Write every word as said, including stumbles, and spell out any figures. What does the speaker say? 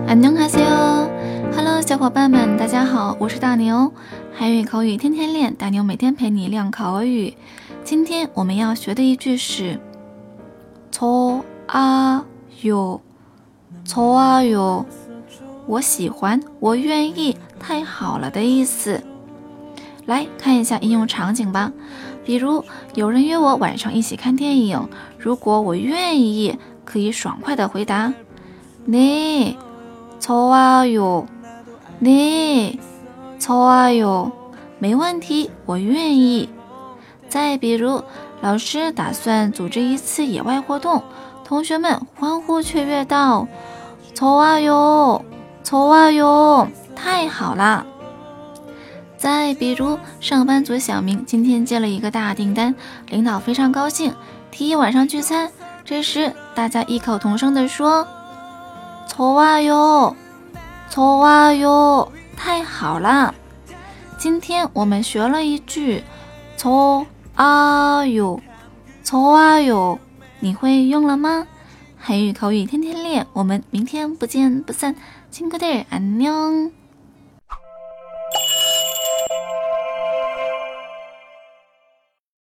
안녕하세요 Hello， 小伙伴们，大家好，我是大牛，韩语口语天天练，大牛每天陪你练口语。今天我们要学的一句是좋아요，좋아요，我喜欢，我愿意，太好了的意思。来看一下应用场景吧，比如有人约我晚上一起看电影，如果我愿意，可以爽快的回答네 좋아요 네 좋아요，没问题，我愿意。再比如老师打算组织一次野外活动，同学们欢呼雀跃道좋아요 좋아요，太好了。再比如上班族小明今天接了一个大订单，领导非常高兴，提议晚上聚餐，这时大家异口同声地说좋아요 좋아요，太好了。今天我们学了一句좋아요 좋아요，你会用了吗？韩语口语天天练，我们明天不见不散，친구들 안녕。